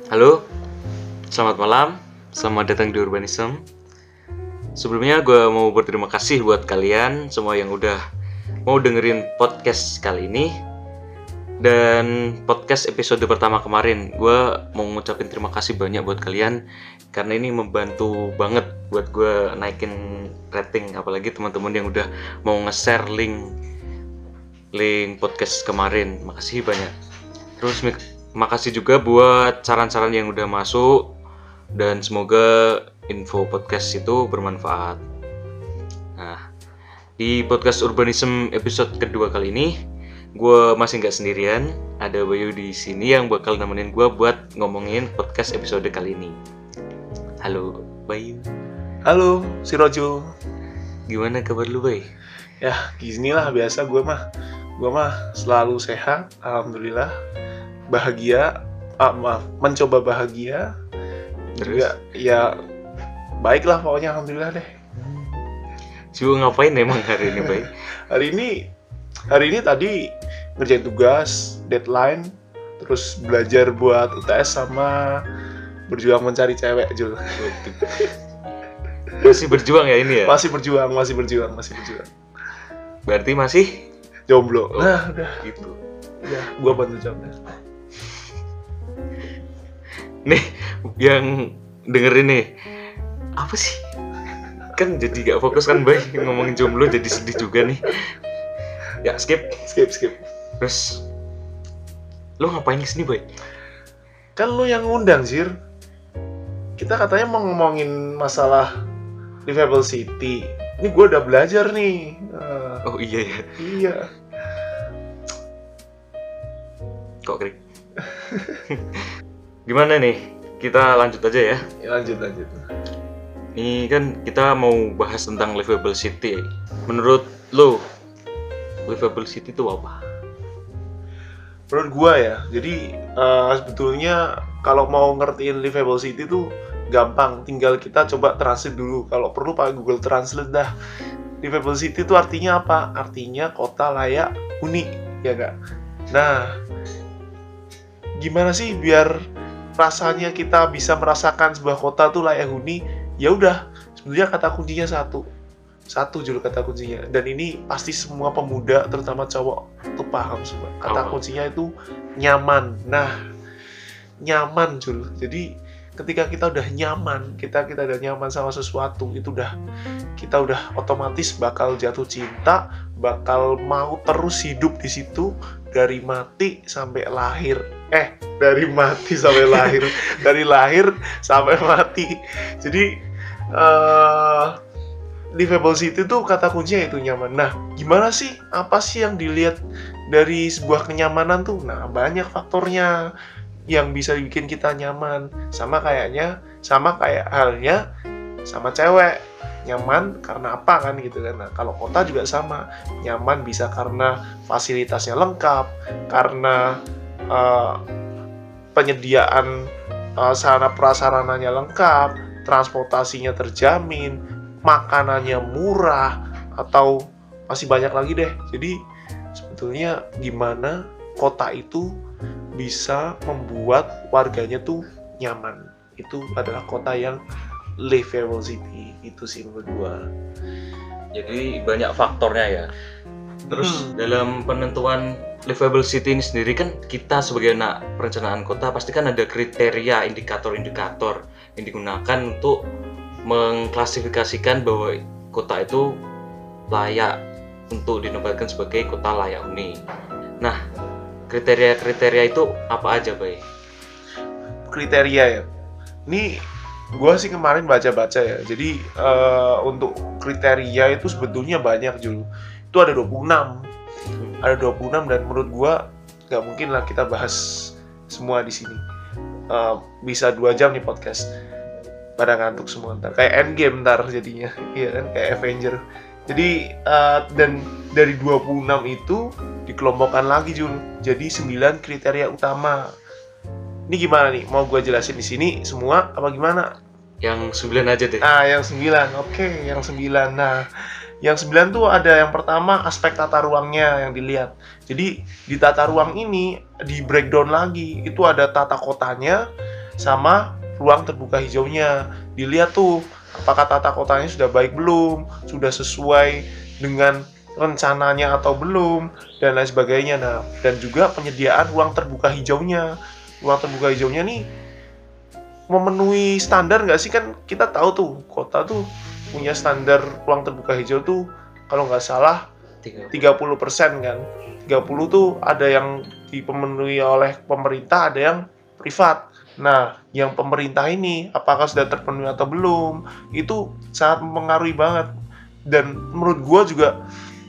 Halo, selamat malam, selamat datang di Urbanism. Sebelumnya gue mau berterima kasih buat kalian semua yang udah mau dengerin podcast kali ini. Dan podcast episode pertama kemarin, gue mau ngucapin terima kasih banyak buat kalian karena ini membantu banget buat gue naikin rating, apalagi teman-teman yang udah mau nge-share link podcast kemarin. Makasih banyak. Terus makasih juga buat saran-saran yang udah masuk dan semoga info podcast itu bermanfaat. Nah, di podcast Urbanism episode kedua kali ini, gue masih nggak sendirian. Ada Bayu di sini yang bakal nemenin gue buat ngomongin podcast episode kali ini. Halo, Bayu. Halo, si Rojo. Gimana kabar lu, Bay? Ya, gini lah biasa gue mah selalu sehat, alhamdulillah. Bahagia, mencoba bahagia. Terus? Juga ya baiklah pokoknya, alhamdulillah deh. Sibuk ngapain emang hari ini, Bay? Hari ini tadi ngerjain tugas, deadline, terus belajar buat UTS sama berjuang mencari cewek, Jul. Masih berjuang ya ini ya? Masih berjuang. Berarti masih Jomblo. Oh, nah, udah. Gitu. Ya, gua bantu jawab deh. Nih, yang dengerin nih, apa sih? Kan jadi gak fokus kan, Bay? Ngomongin jomblo jadi sedih juga nih. Ya, skip. Terus, lo ngapain kesini, Bay? Kan lu yang ngundang, Sir. Kita katanya mau ngomongin masalah Livable City. Ini gue udah belajar nih. Oh iya ya. Iya. Kok krik? Gimana nih? Kita lanjut aja ya. Lanjut. Ini kan kita mau bahas tentang Livable City. Menurut lo, Livable City itu apa? Menurut gue ya, jadi sebetulnya kalau mau ngertiin Livable City tuh gampang. Tinggal kita coba translate dulu. Kalau perlu pakai Google Translate dah. Livable City itu artinya apa? Artinya kota layak huni, ya gak? Nah, gimana sih biar rasanya kita bisa merasakan sebuah kota tuh layak huni? Ya udah, sebenarnya kata kuncinya satu judul kata kuncinya. Dan ini pasti semua pemuda, terutama cowok, tuh paham semua. Kata kuncinya itu nyaman. Nah, nyaman, Jul. Jadi ketika kita udah nyaman, kita udah nyaman sama sesuatu, itu kita udah otomatis bakal jatuh cinta, bakal mau terus hidup di situ dari mati sampai lahir. Dari mati sampai lahir, dari lahir sampai mati. Jadi Livable City tuh kata kuncinya itu nyaman. Nah, gimana sih? Apa sih yang dilihat dari sebuah kenyamanan tuh? Nah, banyak faktornya yang bisa bikin kita nyaman. Sama kayak halnya sama cewek. Nyaman karena apa kan gitu kan. Nah, kalau kota juga sama. Nyaman bisa karena fasilitasnya lengkap, karena penyediaan sarana prasarananya lengkap, transportasinya terjamin, makanannya murah, atau masih banyak lagi deh. Jadi sebetulnya gimana kota itu bisa membuat warganya tuh nyaman. Itu adalah kota yang livable city. Itu sih menurut gua. Jadi banyak faktornya ya. Terus dalam penentuan livable city ini sendiri kan kita sebagai anak perencanaan kota pasti kan ada kriteria, indikator-indikator yang digunakan untuk mengklasifikasikan bahwa kota itu layak untuk dinobatkan sebagai kota layak huni. Nah, kriteria-kriteria itu apa aja, Bay? Kriteria ya. Ini gue sih kemarin baca-baca ya. Jadi untuk kriteria itu sebetulnya banyak, Jul. Itu ada 26. Ada 26 dan menurut gue nggak mungkin lah kita bahas semua di sini. Bisa 2 jam nih podcast. Pada ngantuk semua ntar. Kayak Endgame ntar jadinya. Iya kan, kayak Avenger. Jadi dan dari 26 itu dikelompokkan lagi, Jul. Jadi 9 kriteria utama. Ini gimana nih? Mau gue jelasin di sini semua apa gimana? Yang 9 aja deh. Yang 9. Oke, yang 9. Nah, yang 9 tuh ada yang pertama aspek tata ruangnya yang dilihat. Jadi di tata ruang ini di breakdown lagi. Itu ada tata kotanya, sama ruang terbuka hijaunya. Dilihat tuh apakah tata kotanya sudah baik belum, sudah sesuai dengan rencananya atau belum, dan lain sebagainya. Nah, dan juga penyediaan ruang terbuka hijaunya. Ruang terbuka hijaunya nih memenuhi standar nggak sih? Kan kita tahu tuh kota tuh punya standar ruang terbuka hijau tuh kalau nggak salah 30% kan. 30 tuh ada yang dipenuhi oleh pemerintah, ada yang privat. Nah, yang pemerintah ini apakah sudah terpenuhi atau belum? Itu sangat mempengaruhi banget. Dan menurut gua juga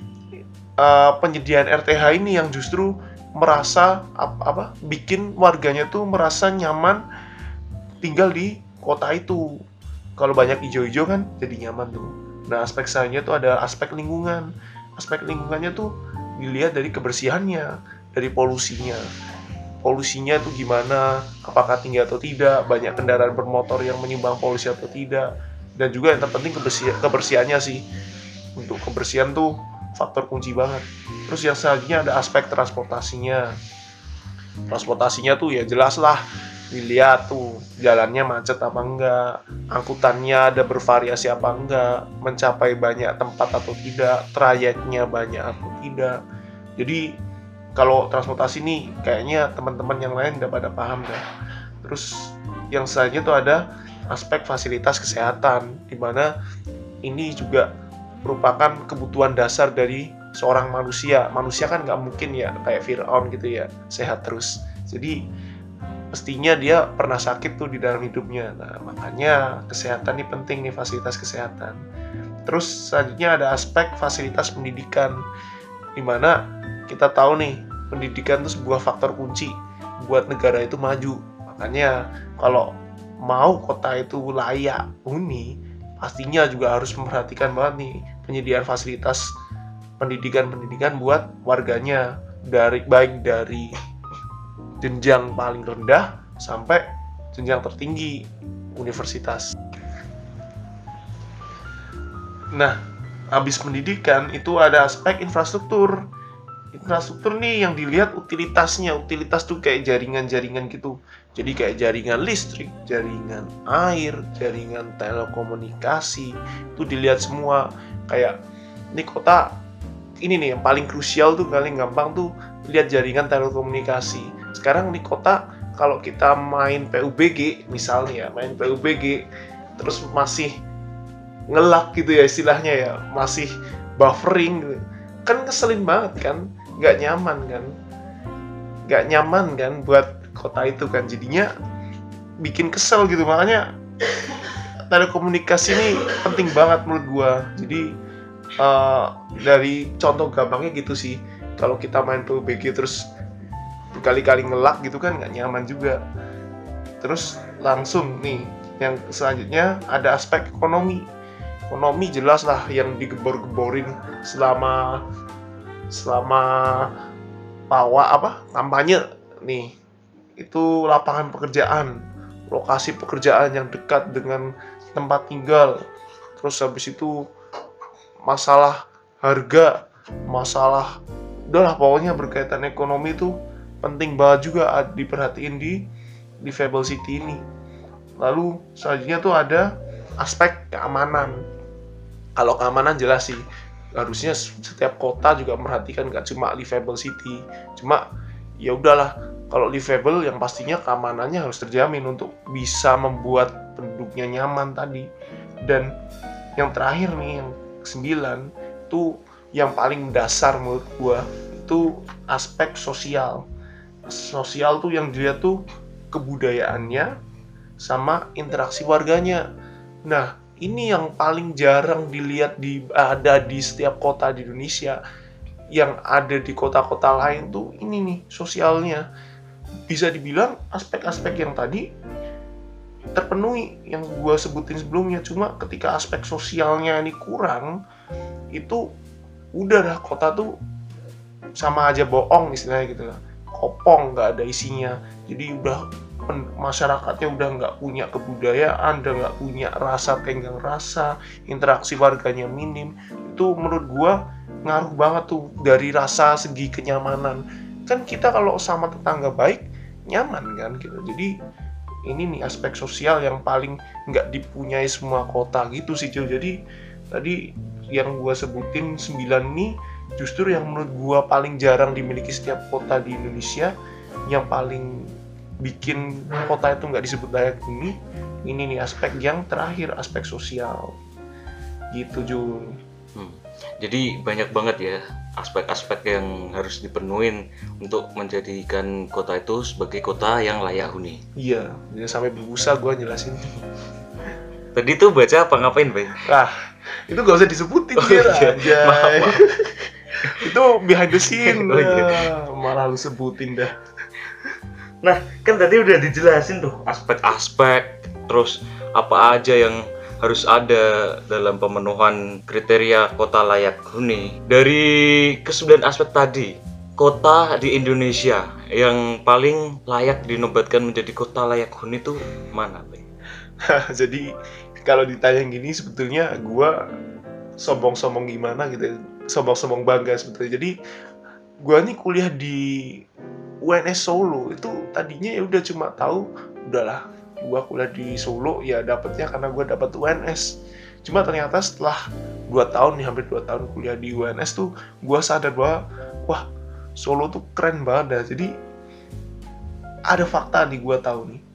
penyediaan RTH ini yang justru merasa bikin warganya tuh merasa nyaman tinggal di kota itu. Kalau banyak hijau-hijau kan jadi nyaman tuh. Nah, aspek selanjutnya tuh ada aspek lingkungan. Aspek lingkungannya tuh dilihat dari kebersihannya, dari polusinya. Polusinya tuh gimana, apakah tinggi atau tidak, banyak kendaraan bermotor yang menyumbang polusi atau tidak. Dan juga yang terpenting kebersihannya sih. Untuk kebersihan tuh faktor kunci banget. Terus yang selanjutnya ada aspek transportasinya. Transportasinya tuh ya jelas lah, dilihat tuh jalannya macet apa enggak, angkutannya ada bervariasi apa enggak, mencapai banyak tempat atau tidak, trayeknya banyak atau tidak. Jadi kalau transportasi nih kayaknya teman-teman yang lain udah pada paham dah. Terus yang selanjutnya tuh ada aspek fasilitas kesehatan, di mana ini juga merupakan kebutuhan dasar dari seorang manusia. Manusia kan nggak mungkin ya kayak Fir'aun gitu ya sehat terus. Jadi mestinya dia pernah sakit tuh di dalam hidupnya. Nah, makanya kesehatan ini penting nih, fasilitas kesehatan. Terus selanjutnya ada aspek fasilitas pendidikan, dimana kita tahu nih pendidikan itu sebuah faktor kunci buat negara itu maju. Makanya kalau mau kota itu layak huni, pastinya juga harus memperhatikan banget nih penyediaan fasilitas pendidikan buat warganya, baik dari jenjang paling rendah sampai jenjang tertinggi universitas. Nah, habis pendidikan itu ada aspek infrastruktur. Infrastruktur nih yang dilihat utilitasnya. Utilitas tuh kayak jaringan-jaringan gitu. Jadi kayak jaringan listrik, jaringan air, jaringan telekomunikasi, itu dilihat semua. Kayak ini kota ini nih yang paling krusial tuh, paling gampang tuh lihat jaringan telekomunikasi. Sekarang di kota kalau kita main PUBG misalnya, main PUBG terus masih ngelak gitu ya istilahnya ya, masih buffering gitu. Kan ngeselin banget kan, nggak nyaman kan buat kota itu kan, jadinya bikin kesel gitu. Makanya telekomunikasi ini penting banget menurut gua. Jadi dari contoh gampangnya gitu sih, kalau kita main PUBG terus berkali-kali ngelak gitu kan nggak nyaman juga. Terus langsung nih yang selanjutnya ada aspek ekonomi. Ekonomi jelas lah yang digebor-geborin selama kampanye nih, itu lapangan pekerjaan, lokasi pekerjaan yang dekat dengan tempat tinggal. Terus habis itu masalah harga, masalah udahlah pokoknya berkaitan ekonomi itu penting banget juga diperhatiin di Livable City ini. Lalu selanjutnya tuh ada aspek keamanan. Kalau keamanan jelas sih, harusnya setiap kota juga memperhatikan, gak cuma Livable City. Cuma ya udahlah, kalau livable yang pastinya keamanannya harus terjamin untuk bisa membuat penduduknya nyaman tadi. Dan yang terakhir nih, yang ke-9 itu yang paling dasar menurut gua, itu aspek sosial. Sosial tuh yang dilihat tuh kebudayaannya sama interaksi warganya. Nah, ini yang paling jarang dilihat ada di setiap kota di Indonesia. Yang ada di kota-kota lain tuh ini nih sosialnya. Bisa dibilang aspek-aspek yang tadi terpenuhi yang gue sebutin sebelumnya. Cuma ketika aspek sosialnya ini kurang, itu udah dah kota tuh sama aja bohong istilahnya gitu lah. Kopong, nggak ada isinya. Jadi udah masyarakatnya udah nggak punya kebudayaan, udah nggak punya rasa tenggang rasa, interaksi warganya minim. Itu menurut gua ngaruh banget tuh dari rasa segi kenyamanan. Kan kita kalau sama tetangga baik nyaman kan gitu. Jadi ini nih aspek sosial yang paling nggak dipunyai semua kota gitu sih Jul. Jadi tadi yang gua sebutin 9 nih justru yang menurut gua paling jarang dimiliki setiap kota di Indonesia, yang paling bikin kota itu nggak disebut layak huni. Ini nih aspek yang terakhir, aspek sosial gitu Jul. Jadi banyak banget ya aspek-aspek yang harus dipenuhin untuk menjadikan kota itu sebagai kota yang layak huni. Iya, jadi sampai berbusa gue jelasin. Tadi tuh baca apa ngapain, Bay? Itu gak usah disebutin iya. Maaf. Itu behind the scene. Iya. Malah lu sebutin dah. Nah, kan tadi udah dijelasin tuh aspek-aspek, terus apa aja yang harus ada dalam pemenuhan kriteria kota layak huni. Dari ke-9 aspek tadi, kota di Indonesia yang paling layak dinobatkan menjadi kota layak huni itu mana, Bay? Jadi kalau ditanya gini sebetulnya gue sombong-sombong gimana gitu, sombong-sombong bangga sebetulnya. Jadi gue nih kuliah di UNS Solo, itu tadinya ya udah cuma tahu udahlah gue kuliah di Solo ya dapetnya karena gue dapet UNS. Cuma ternyata setelah 2 tahun nih, hampir 2 tahun kuliah di UNS tuh gue sadar bahwa wah Solo tuh keren banget dah. Jadi ada fakta nih gue tahu nih,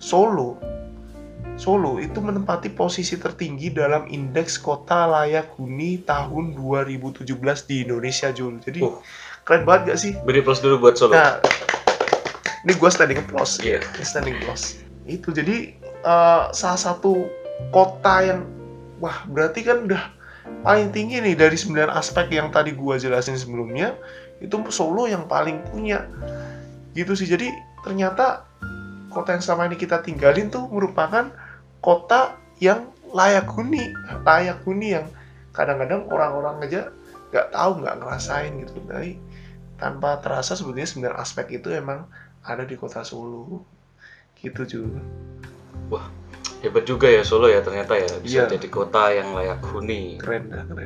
Solo itu menempati posisi tertinggi dalam indeks kota layak huni tahun 2017 di Indonesia Jul. Jadi keren banget gak sih? Beri plus dulu buat Solo. Nah, ini gue standing applause. Iya. Standing applause. Itu jadi salah satu kota yang wah berarti kan udah paling tinggi nih dari 9 aspek yang tadi gue jelasin sebelumnya. Itu Solo yang paling punya gitu sih. Jadi ternyata kota yang selama ini kita tinggalin tuh merupakan kota yang layak huni yang kadang-kadang orang-orang aja nggak tahu, nggak ngerasain gitu. Jadi tanpa terasa sebetulnya 9 aspek itu emang ada di kota Solo gitu juga. Wah, hebat juga ya Solo ya ternyata ya, bisa Iya. jadi kota yang layak huni. Keren.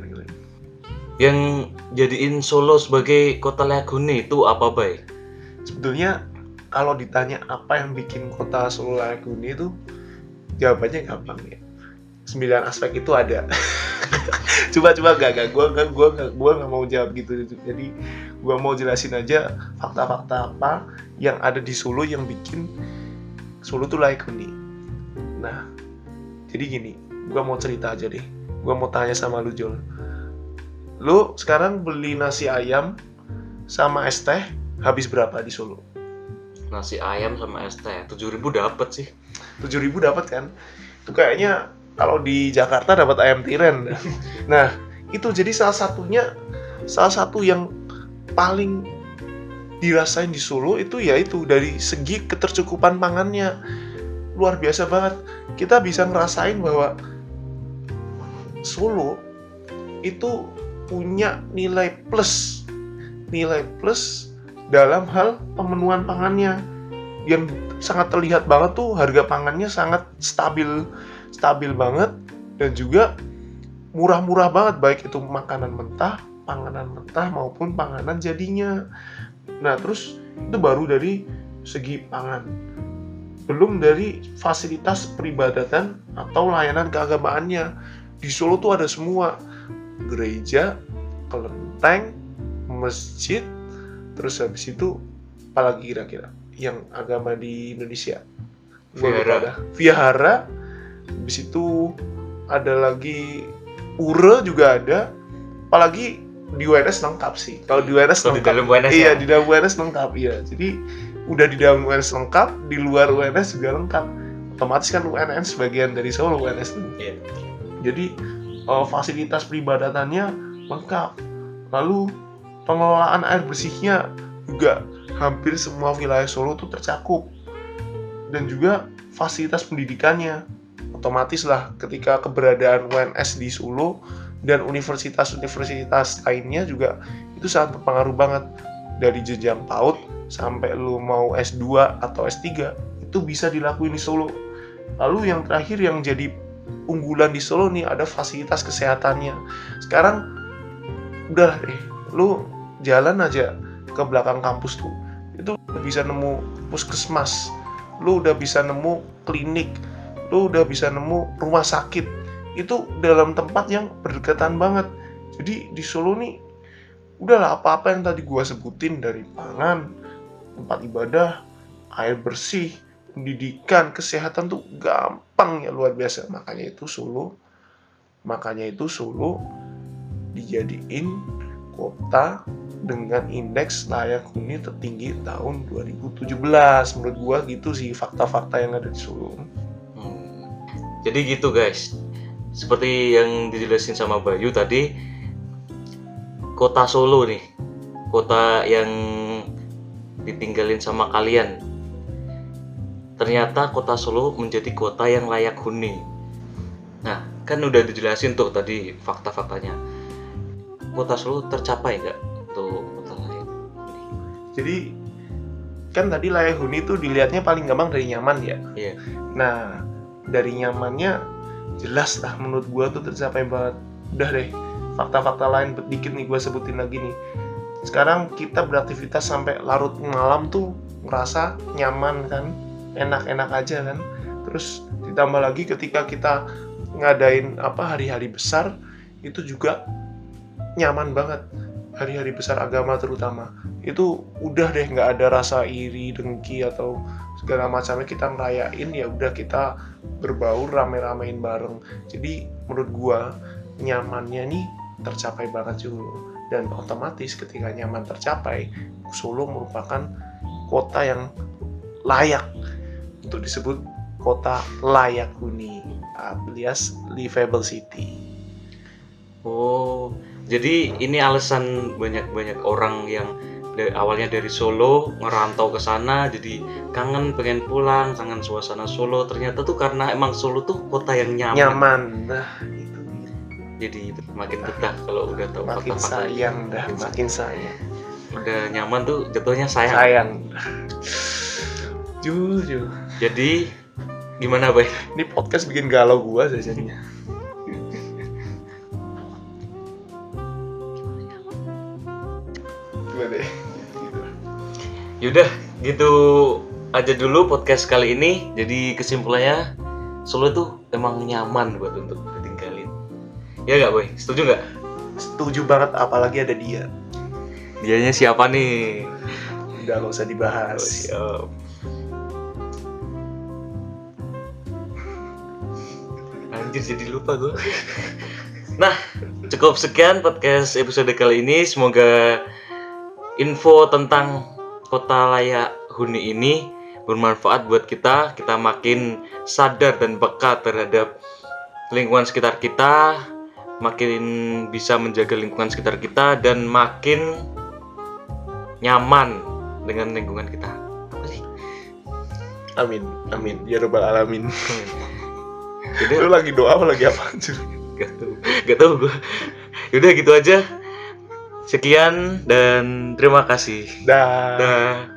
Yang jadiin Solo sebagai kota layak huni itu apa, Bay? Sebetulnya kalau ditanya apa yang bikin kota Solo layak huni itu jawabannya gampang ya. 9 aspek itu ada. Coba gak, gue nggak mau jawab gitu. Jadi gue mau jelasin aja fakta-fakta apa yang ada di Solo yang bikin Solo tuh layak huni. Nah, jadi gini, gue mau cerita aja deh. Gue mau tanya sama lu Jol. Lu sekarang beli nasi ayam sama es teh habis berapa di Solo? Nasi ayam sama es teh 7.000 dapet sih. 7.000 dapat kan? Itu kayaknya kalau di Jakarta dapat ayam tiren. Nah, itu jadi salah satu yang paling dirasain di Solo itu yaitu dari segi ketercukupan pangannya. Luar biasa banget. Kita bisa ngerasain bahwa Solo itu punya nilai plus dalam hal pemenuhan pangannya. Yang sangat terlihat banget tuh harga pangannya sangat stabil banget, dan juga murah-murah banget, baik itu makanan mentah, panganan mentah maupun panganan jadinya. Nah, terus itu baru dari segi pangan. Belum dari fasilitas peribadatan atau layanan keagamaannya. Di Solo tuh ada semua. Gereja, kelenteng, masjid, terus habis itu apalagi kira-kira yang agama di Indonesia? Vihara. Habis itu ada lagi pura juga ada. Apalagi di UNS lengkap sih. Kalau di UNS lengkap. Di dalam UNS iya, ya? Di dalam UNS lengkap. Iya. Jadi udah di dalam UNS lengkap, di luar UNS juga lengkap. Otomatis kan UNS sebagian dari Solo UNS tuh. Iya. Jadi fasilitas peribadatannya lengkap. Lalu pengelolaan air bersihnya juga hampir semua wilayah Solo tuh tercakup. Dan juga fasilitas pendidikannya. Otomatis lah ketika keberadaan UNS di Solo dan universitas-universitas lainnya juga itu sangat berpengaruh banget. Dari jenjang PAUD sampai lu mau S2 atau S3 itu bisa dilakuin di Solo. Lalu yang terakhir yang jadi unggulan di Solo nih ada fasilitas kesehatannya. Sekarang udah deh, lu jalan aja ke belakang kampus tuh, itu bisa nemu puskesmas, lu udah bisa nemu klinik, lu udah bisa nemu rumah sakit. Itu dalam tempat yang berdekatan banget. Jadi di Solo nih, udahlah apa-apa yang tadi gua sebutin, dari pangan, tempat ibadah, air bersih, pendidikan, kesehatan tuh gampang ya, luar biasa. Makanya itu Solo dijadiin kota dengan indeks layak huni tertinggi tahun 2017. Menurut gua gitu sih fakta-fakta yang ada di Solo. Jadi gitu guys, seperti yang dijelasin sama Bayu tadi, kota Solo nih, kota yang ditinggalin sama kalian, ternyata kota Solo menjadi kota yang layak huni. Nah, kan udah dijelasin tuh tadi fakta-faktanya. Kota Solo tercapai nggak tuh kota layak huni? Jadi kan tadi layak huni itu dilihatnya paling gampang dari nyaman ya. Iya. Nah, dari nyamannya jelas lah menurut gua tuh tercapai banget. Udah deh, fakta-fakta lain dikit nih gua sebutin lagi nih. Sekarang kita beraktivitas sampai larut malam tuh ngerasa nyaman kan, enak-enak aja kan. Terus ditambah lagi ketika kita ngadain hari-hari besar, itu juga nyaman banget. Hari-hari besar agama terutama, itu udah deh nggak ada rasa iri, dengki atau segala macamnya. Kita ngerayain, ya udah kita berbaur, rame-ramein bareng. Jadi menurut gua nyamannya nih tercapai banget juga. Dan otomatis ketika nyaman tercapai, Solo merupakan kota yang layak untuk disebut kota layak huni, alias livable city. Oh, jadi ini alasan banyak orang yang awalnya dari Solo ngerantau ke sana, jadi kangen, pengen pulang, kangen suasana Solo. Ternyata tuh karena emang Solo tuh kota yang nyaman. Nah, itu dia. Jadi makin betah kalau udah tahu Makin kota-kota. sayang dah, makin sayang. Udah nyaman tuh jatuhnya sayang. Sayang. Jujur. Jadi gimana, Bay? Ini podcast bikin galau gua jadinya. Gimana deh? Yaudah, gitu aja dulu podcast kali ini. Jadi kesimpulannya, Solo tuh emang nyaman buat untuk ditinggalin. Ya nggak, Boy? Setuju nggak? Setuju banget, apalagi ada dia. Dianya siapa nih? Udah gak usah dibahas. Oh, siap. Anjir, jadi lupa gue. Nah, cukup sekian podcast episode kali ini. Semoga info tentang kota layak huni ini bermanfaat buat kita. Kita makin sadar dan peka terhadap lingkungan sekitar kita, makin bisa menjaga lingkungan sekitar kita, dan makin nyaman dengan lingkungan kita. Apa sih? Amin, amin. Ya Rabbal Alamin. Jadi, Lu lagi doa apa lagi apa? Gak tau gue. Yaudah gitu aja. Sekian dan terima kasih. Dah. Dah.